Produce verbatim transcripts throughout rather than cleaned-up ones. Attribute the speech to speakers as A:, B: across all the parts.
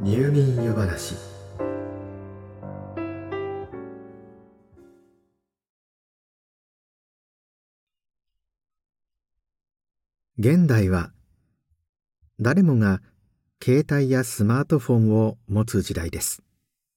A: 入眠湯話。現代は誰もが携帯やスマートフォンを持つ時代です。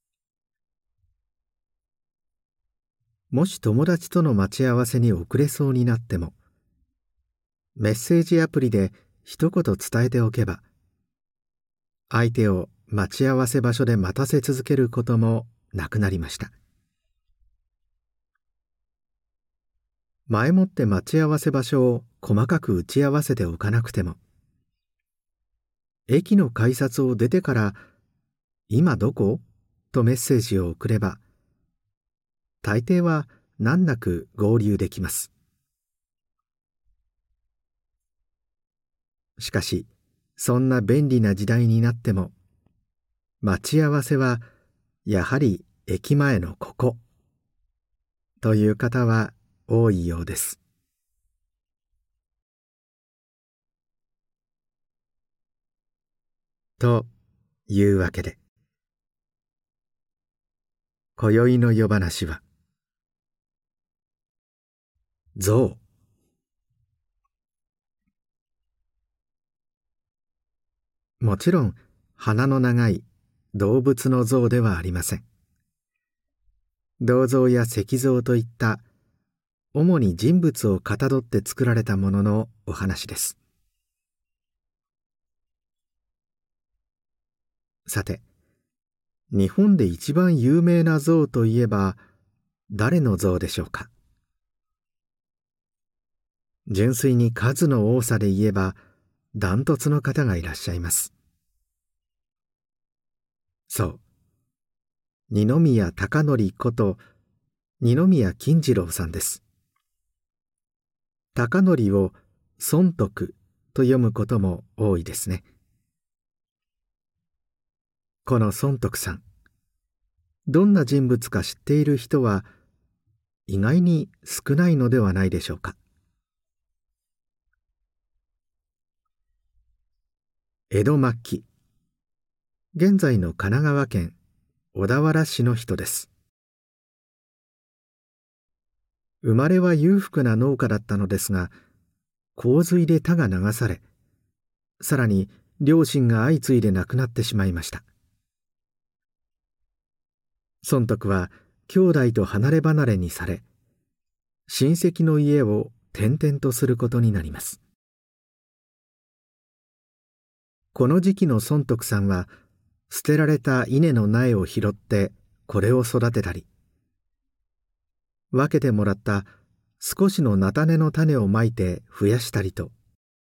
A: もし友達との待ち合わせに遅れそうになっても、メッセージアプリで一言伝えておけば、相手を待ち合わせ場所で待たせ続けることもなくなりました。前もって待ち合わせ場所を細かく打ち合わせておかなくても、駅の改札を出てから「今どこ?」とメッセージを送れば、大抵は難なく合流できます。しかし、そんな便利な時代になっても、待ち合わせはやはり駅前のここという方は多いようです。というわけで、今宵の夜話は象。もちろん鼻の長い動物の像ではありません。銅像や石像といった主に人物をかたどって作られたもののお話です。さて、日本で一番有名な像といえば誰の像でしょうか。純粋に数の多さで言えばダントツの方がいらっしゃいます。そう、二宮貴則こと二宮金次郎さんです。貴則を尊徳と読むことも多いですね。この尊徳さん、どんな人物か知っている人は意外に少ないのではないでしょうか。江戸末期、現在の神奈川県小田原市の人です。生まれは裕福な農家だったのですが、洪水で田が流され、さらに両親が相次いで亡くなってしまいました。尊徳は兄弟と離れ離れにされ、親戚の家を転々とすることになります。この時期の尊徳さんは、捨てられた稲の苗を拾ってこれを育てたり、分けてもらった少しの菜種の種をまいて増やしたりと、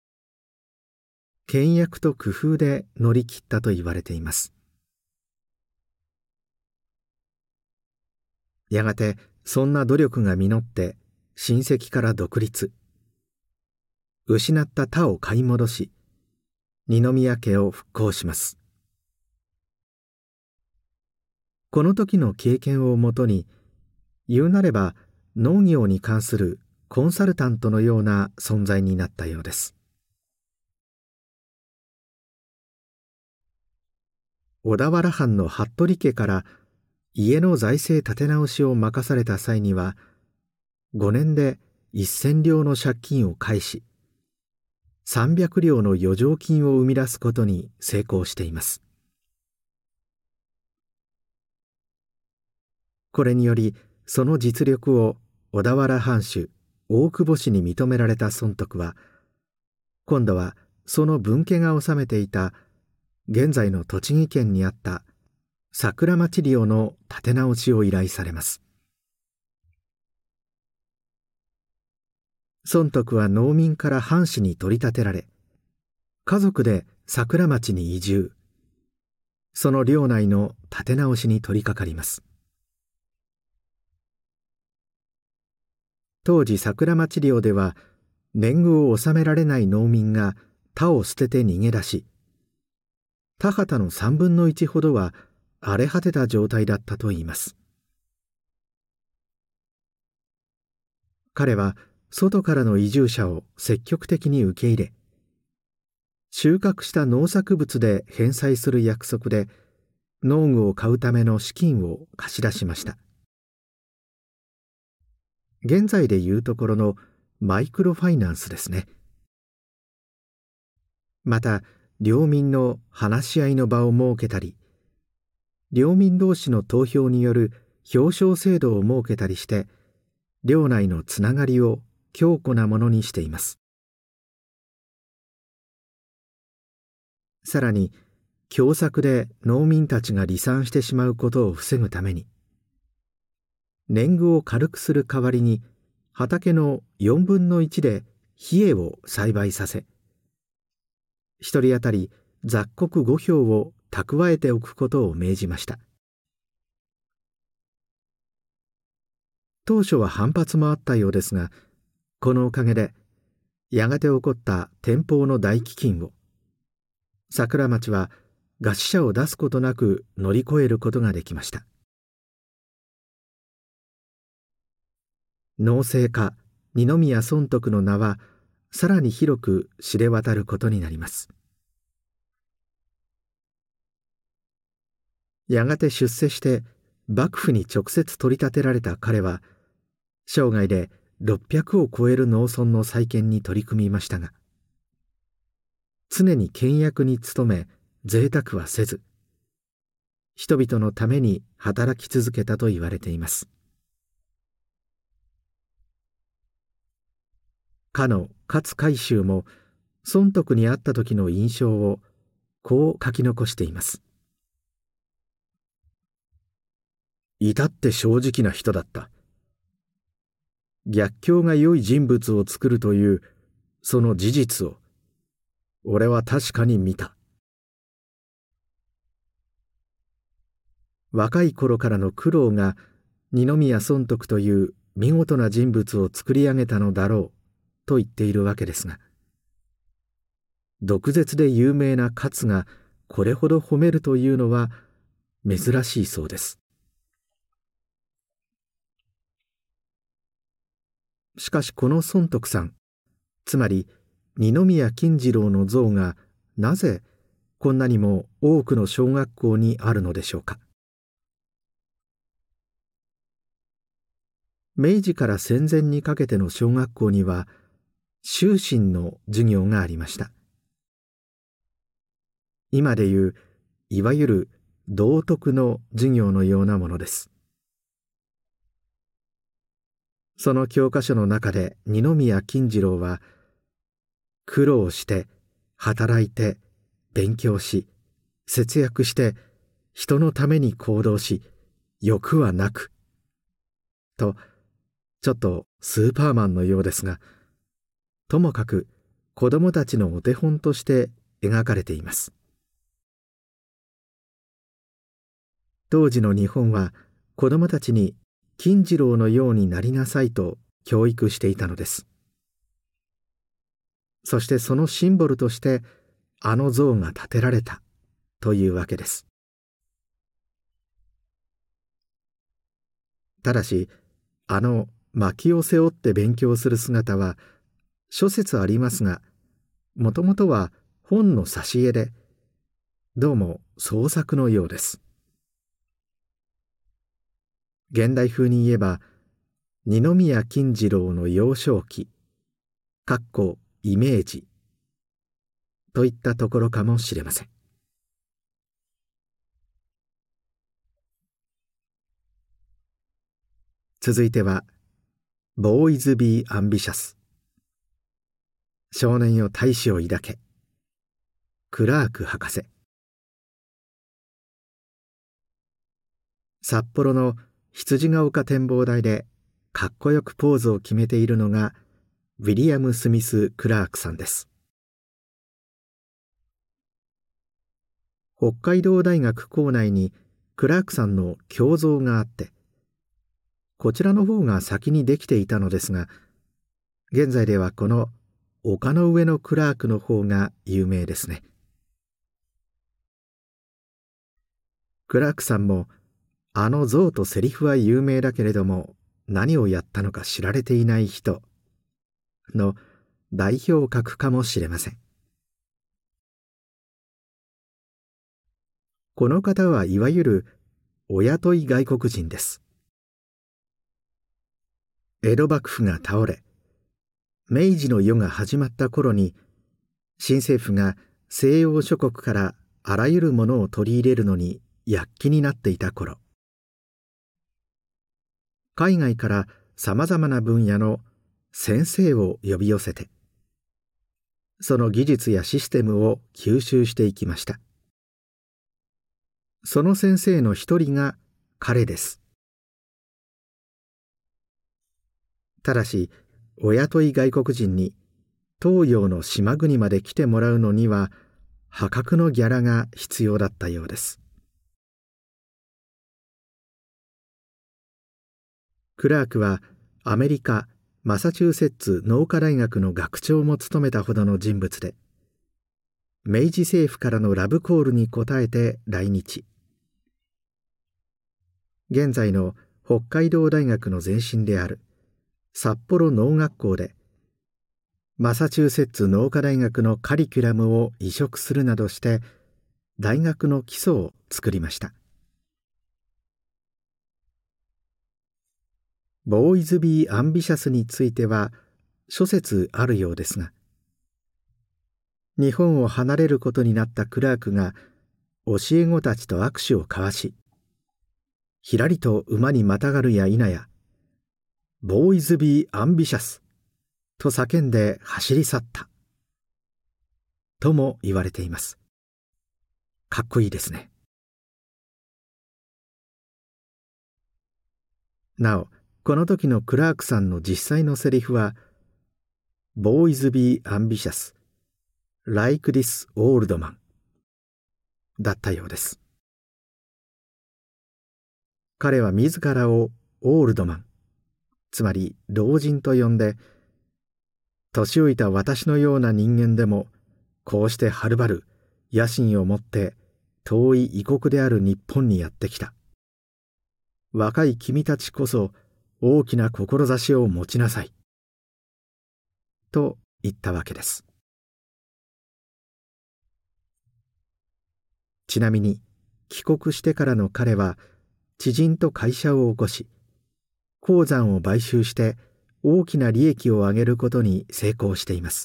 A: 倹約と工夫で乗り切ったと言われています。やがてそんな努力が実って親戚から独立、失った田を買い戻し、二宮家を復興します。この時の経験をもとに、言うなれば農業に関するコンサルタントのような存在になったようです。小田原藩の服部家から家の財政立て直しを任された際には、ごねんでせん両の借金を返し、さんびゃく両の余剰金を生み出すことに成功しています。これにより、その実力を小田原藩主大久保氏に認められた尊徳は、今度はその分家が治めていた現在の栃木県にあった桜町領の立て直しを依頼されます。尊徳は農民から藩士に取り立てられ、家族で桜町に移住、その領内の立て直しに取り掛かります。当時桜町領では年貢を納められない農民が田を捨てて逃げ出し、田畑の三分の一ほどは荒れ果てた状態だったといいます。彼は外からの移住者を積極的に受け入れ、収穫した農作物で返済する約束で農具を買うための資金を貸し出しました。現在でいうところのマイクロファイナンスですね。また、領民の話し合いの場を設けたり、領民同士の投票による表彰制度を設けたりして、領内のつながりを強固なものにしています。さらに、凶作で農民たちが離散してしまうことを防ぐために、年貢を軽くする代わりに畑のよんぶんのいちで稗を栽培させ、一人当たり雑穀ごひょうを蓄えておくことを命じました。当初は反発もあったようですが、このおかげでやがて起こった天保の大飢饉を桜町は餓死者を出すことなく乗り越えることができました。農政家二宮尊徳の名はさらに広く知れ渡ることになります。やがて出世して幕府に直接取り立てられた彼は、生涯でろっぴゃくを超える農村の再建に取り組みましたが、常に倹約に努め贅沢はせず、人々のために働き続けたと言われています。かの勝海舟も尊徳に会った時の印象をこう書き残しています。至って正直な人だった。逆境が良い人物を作るというその事実を俺は確かに見た。若い頃からの苦労が二宮尊徳という見事な人物を作り上げたのだろうと言っているわけですが、毒舌で有名な勝がこれほど褒めるというのは珍しいそうです。しかしこの尊徳さん、つまり二宮金次郎の像がなぜこんなにも多くの小学校にあるのでしょうか。明治から戦前にかけての小学校には修身の授業がありました。今でいういわゆる道徳の授業のようなものです。その教科書の中で二宮金次郎は、苦労して働いて勉強し節約して人のために行動し欲はなくと、ちょっとスーパーマンのようですが、ともかく子供たちのお手本として描かれています。当時の日本は子供たちに金次郎のようになりなさいと教育していたのです。そしてそのシンボルとしてあの像が建てられたというわけです。ただし、あの薪を背負って勉強する姿は諸説ありますが、もともとは本の挿絵で、どうも創作のようです。現代風に言えば、二宮金次郎の幼少期かっこイメージといったところかもしれません。続いてはボーイズ・ビー・アンビシャス。少年よ大志を抱け、クラーク博士。札幌の羊ヶ丘展望台でかっこよくポーズを決めているのがウィリアム・スミス・クラークさんです。北海道大学構内にクラークさんの胸像があって、こちらの方が先にできていたのですが、現在ではこの丘の上のクラークの方が有名ですね。クラークさんもあの像とセリフは有名だけれども何をやったのか知られていない人の代表格かもしれません。 この方はいわゆるお雇い外国人です。江戸幕府が倒れ、明治の世が始まった頃に、新政府が西洋諸国からあらゆるものを取り入れるのに躍起になっていた頃、海外からさまざまな分野の先生を呼び寄せて、その技術やシステムを吸収していきました。その先生の一人が彼です。ただし、お雇い外国人に東洋の島国まで来てもらうのには破格のギャラが必要だったようです。クラークはアメリカ・マサチューセッツ農科大学の学長も務めたほどの人物で、明治政府からのラブコールに応えて来日。現在の北海道大学の前身である札幌農学校でマサチューセッツ農科大学のカリキュラムを移植するなどして大学の基礎を作りました。ボーイズ・ビー・アンビシャスについては諸説あるようですが、日本を離れることになったクラークが教え子たちと握手を交わし、ひらりと馬にまたがるや否や、ボーイズ・ビー・アンビシャスと叫んで走り去ったとも言われています。かっこいいですね。なお、この時のクラークさんの実際のセリフは Boys be ambitious like this old man だったようです。彼は自らをオールドマン、つまり老人と呼んで、年老いた私のような人間でもこうしてはるばる野心を持って遠い異国である日本にやってきた。若い君たちこそ大きな志を持ちなさいと言ったわけです。ちなみに帰国してからの彼は知人と会社を起こし、鉱山を買収して大きな利益を上げることに成功しています。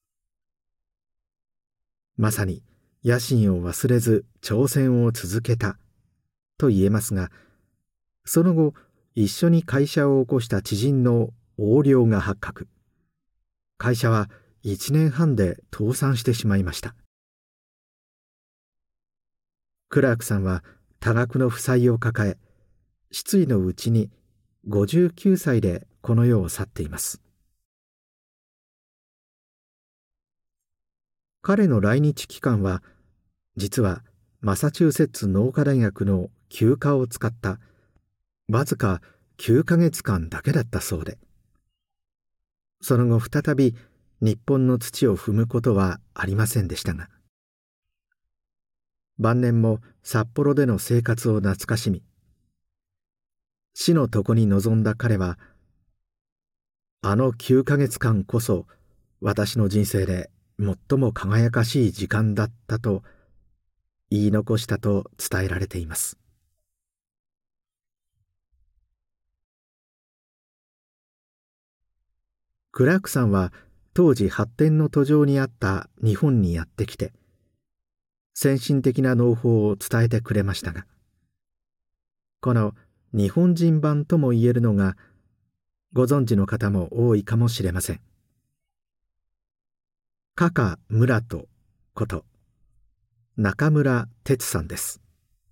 A: まさに野心を忘れず挑戦を続けたと言えますが、その後一緒に会社を起こした知人の横領が発覚。会社はいちねんはんで倒産してしまいました。クラークさんは多額の負債を抱え、失意のうちにごじゅうきゅうさいでこの世を去っています。彼の来日期間は実はマサチューセッツ農科大学の休暇を使ったわずかきゅうかげつかんだけだったそうで、その後再び日本の土を踏むことはありませんでしたが、晩年も札幌での生活を懐かしみ、死の床に臨んだ彼は、あのきゅうかげつかんこそ私の人生で最も輝かしい時間だったと言い残したと伝えられています。クラークさんは当時発展の途上にあった日本にやってきて、先進的な農法を伝えてくれましたが、この日本人版とも言えるのがご存知の方も多いかもしれません。加賀村人こと中村哲さんです。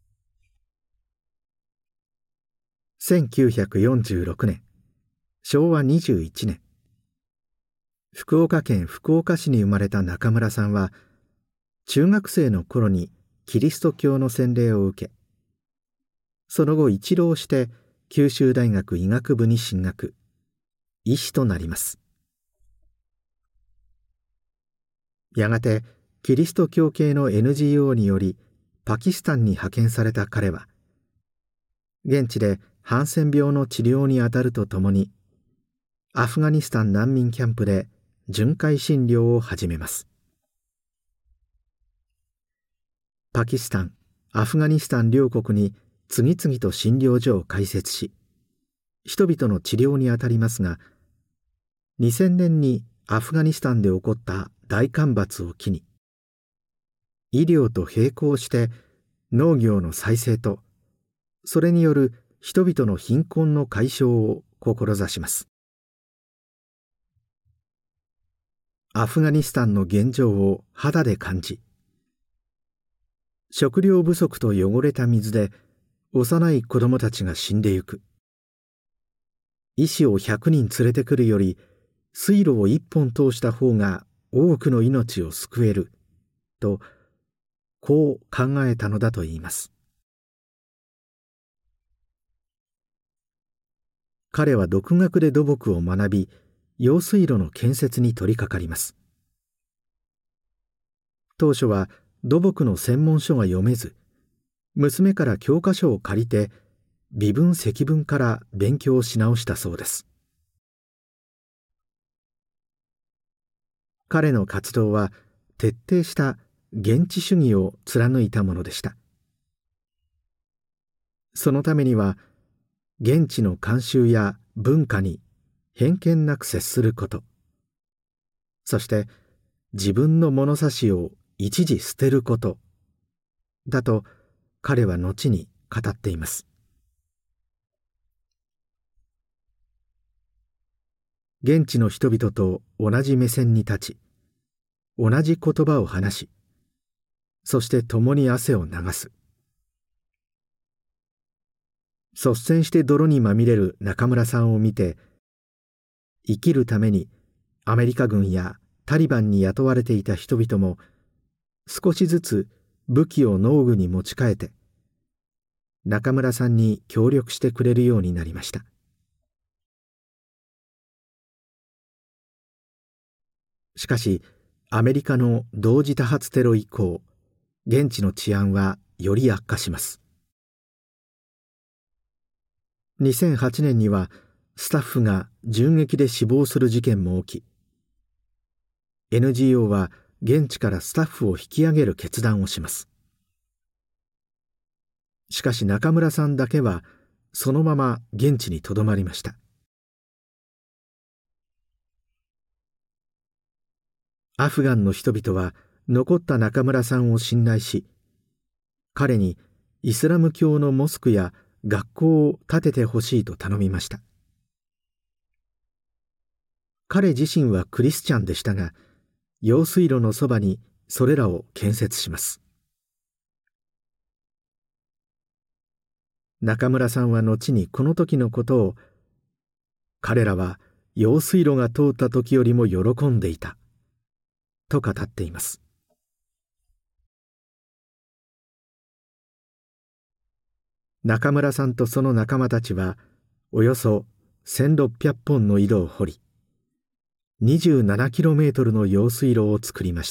A: せんきゅうひゃくよんじゅうろくねん、しょうわにじゅういちねん、福岡県福岡市に生まれた中村さんは、中学生の頃にキリスト教の洗礼を受け、その後一浪して九州大学医学部に進学、医師となります。やがてキリスト教系の エヌジーオー によりパキスタンに派遣された彼は、現地でハンセン病の治療に当たるとともに、アフガニスタン難民キャンプで巡回診療を始めます。パキスタン、 アフガニスタン両国に次々と診療所を開設し、人々の治療に当たりますが、にせんねんにアフガニスタンで起こった大干ばつを機に、医療と並行して農業の再生と、それによる人々の貧困の解消を志します。アフガニスタンの現状を肌で感じ、食料不足と汚れた水で幼い子供たちが死んでゆく。医師をひゃくにん連れてくるより、水路を一本通した方が多くの命を救える、と、こう考えたのだといいます。彼は独学で土木を学び、用水路の建設に取り掛かります。当初は土木の専門書が読めず、娘から教科書を借りて微分積分から勉強し直したそうです。彼の活動は徹底した現地主義を貫いたものでした。そのためには現地の慣習や文化に偏見なく接すること、そして自分の物差しを一時捨てることだと彼は後に語っています。現地の人々と同じ目線に立ち、同じ言葉を話し、そして共に汗を流す。率先して泥にまみれる中村さんを見て、生きるためにアメリカ軍やタリバンに雇われていた人々も少しずつ武器を農具に持ち替えて中村さんに協力してくれるようになりました。しかしアメリカの同時多発テロ以降、現地の治安はより悪化します。にせんはちねんにはスタッフが銃撃で死亡する事件も起き、エヌジーオー は現地からスタッフを引き上げる決断をします。しかし中村さんだけはそのまま現地にとどまりました。アフガンの人々は残った中村さんを信頼し、彼にイスラム教のモスクや学校を建ててほしいと頼みました。彼自身はクリスチャンでしたが、用水路のそばにそれらを建設します。中村さんは後にこの時のことを、彼らは用水路が通った時よりも喜んでいたと語っています。中村さんとその仲間たちはおよそせんろっぴゃくぽんの井戸を掘り、にじゅうななキロメートルの用水路を作りました。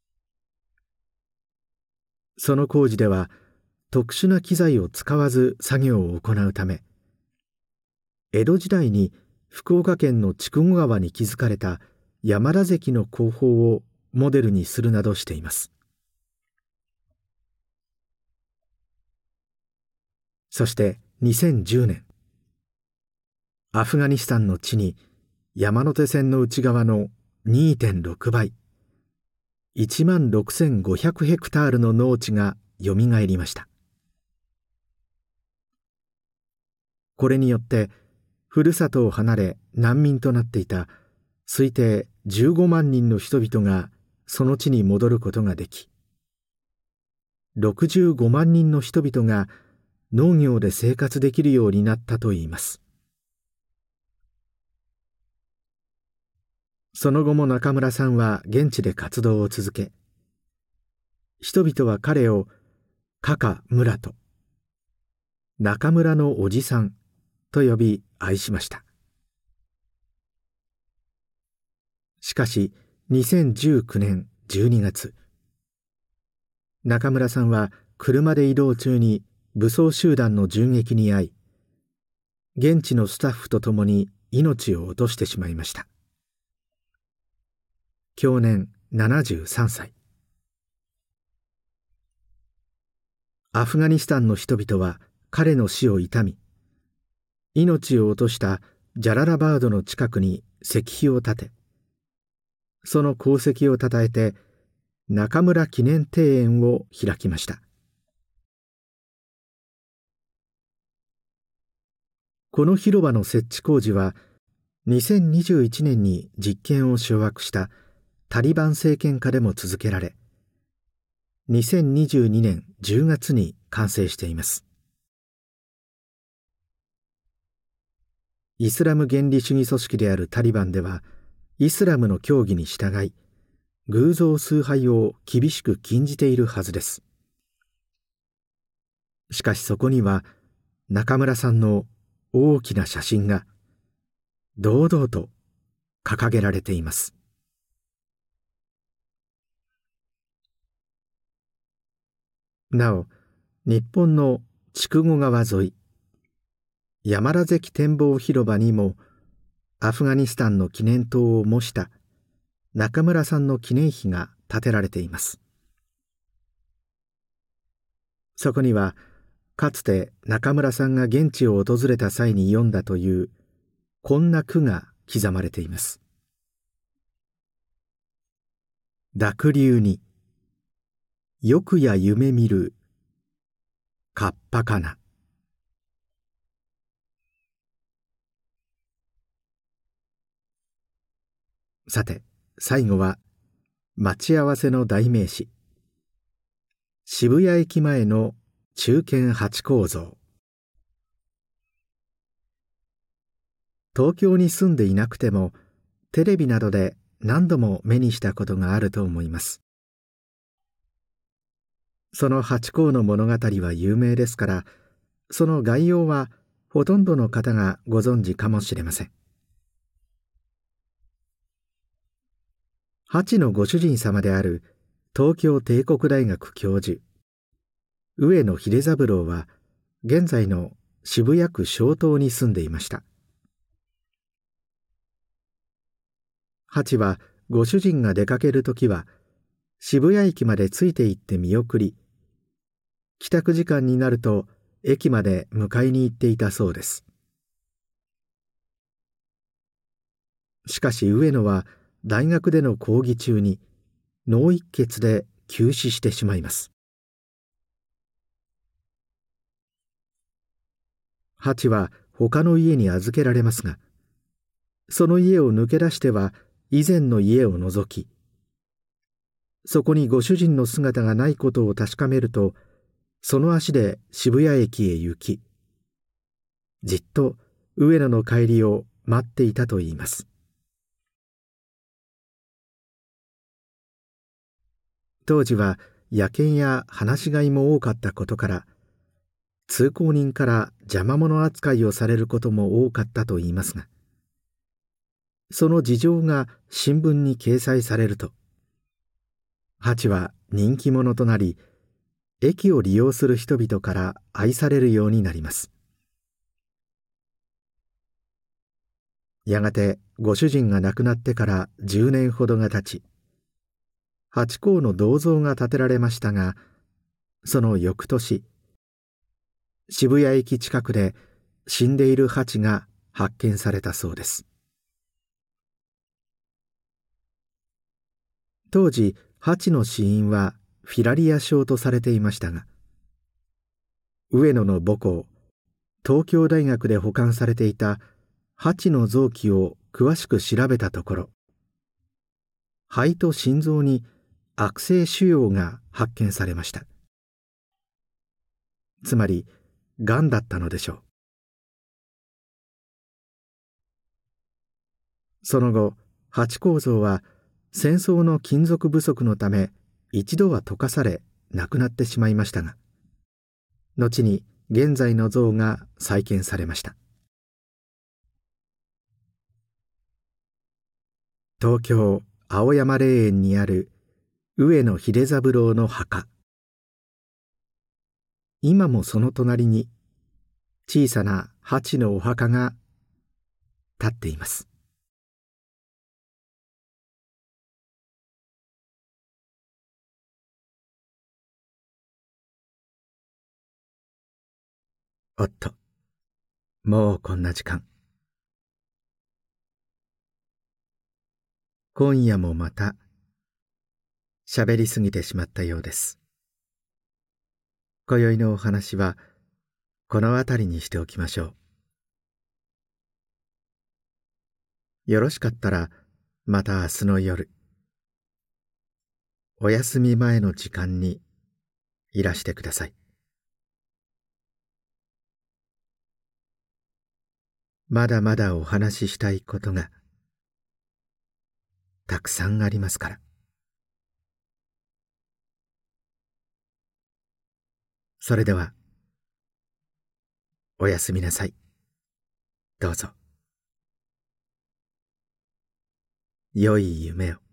A: その工事では特殊な機材を使わず作業を行うため、江戸時代に福岡県の筑後川に築かれた山田関の工法をモデルにするなどしています。そしてにせんじゅうねん、アフガニスタンの地に山手線の内側の にてんろくばい、いちまんろくせんごひゃくヘクタールの農地がよみがえりました。これによってふるさとを離れ難民となっていた推定じゅうごまんにんの人々がその地に戻ることができ、ろくじゅうごまんにんの人々が農業で生活できるようになったといいます。その後も中村さんは現地で活動を続け、人々は彼をカカ・ムラト、中村のおじさんと呼び愛しました。しかしにせんじゅうきゅうねんじゅうにがつ、中村さんは車で移動中に武装集団の銃撃に遭い、現地のスタッフと共に命を落としてしまいました。享年ななじゅうさんさい。 アフガニスタンの人々は彼の死を悼み、命を落としたジャララバードの近くに石碑を建て、その功績をたたえて中村記念庭園を開きました。この広場の設置工事はにせんにじゅういちねんに実権を掌握したタリバン政権下でも続けられ、にせんにじゅうにねんじゅうがつに完成しています。イスラム原理主義組織であるタリバンでは、イスラムの教義に従い、偶像崇拝を厳しく禁じているはずです。しかしそこには中村さんの大きな写真が堂々と掲げられています。なお、日本の筑後川沿い、山良関展望広場にもアフガニスタンの記念塔を模した中村さんの記念碑が建てられています。そこにはかつて中村さんが現地を訪れた際に読んだというこんな句が刻まれています。濁流に欲や夢見るカッパかな。さて最後は待ち合わせの代名詞、渋谷駅前の忠犬ハチ公像。東京に住んでいなくてもテレビなどで何度も目にしたことがあると思います。そのハチ公の物語は有名ですから、その概要はほとんどの方がご存知かもしれません。ハチのご主人様である東京帝国大学教授上野秀三郎は現在の渋谷区松濤に住んでいました。ハチはご主人が出かけるときは渋谷駅までついて行って見送り、帰宅時間になると駅まで迎えに行っていたそうです。しかし上野は大学での講義中に脳一血で急死してしまいます。ハチは他の家に預けられますが、その家を抜け出しては以前の家を覗き、そこにご主人の姿がないことを確かめると、その足で渋谷駅へ行き、じっと上野の帰りを待っていたといいます。当時は野犬や放し飼いも多かったことから、通行人から邪魔者扱いをされることも多かったといいますが、その事情が新聞に掲載されると、ハチは人気者となり、駅を利用する人々から愛されるようになります。やがてご主人が亡くなってからじゅうねんほどが経ち、ハチ公の銅像が建てられましたが、その翌年、渋谷駅近くで死んでいるハチが発見されたそうです。当時ハチの死因はフィラリア症とされていましたが、上野の母校東京大学で保管されていたハチの臓器を詳しく調べたところ、肺と心臓に悪性腫瘍が発見されました。つまりがんだったのでしょう。その後ハチ公像は戦争の金属不足のため一度は溶かされなくなってしまいましたが、後に現在の像が再建されました。東京青山霊園にある上野秀三郎の墓、今もその隣に小さなハチのお墓が建っています。 おっと、もうこんな時間。今夜もまた喋りすぎてしまったようです。今宵のお話はこの辺りにしておきましょう。よろしかったらまた明日の夜、お休み前の時間にいらしてください。まだまだお話ししたいことがたくさんありますから。それではおやすみなさい。どうぞ。良い夢を。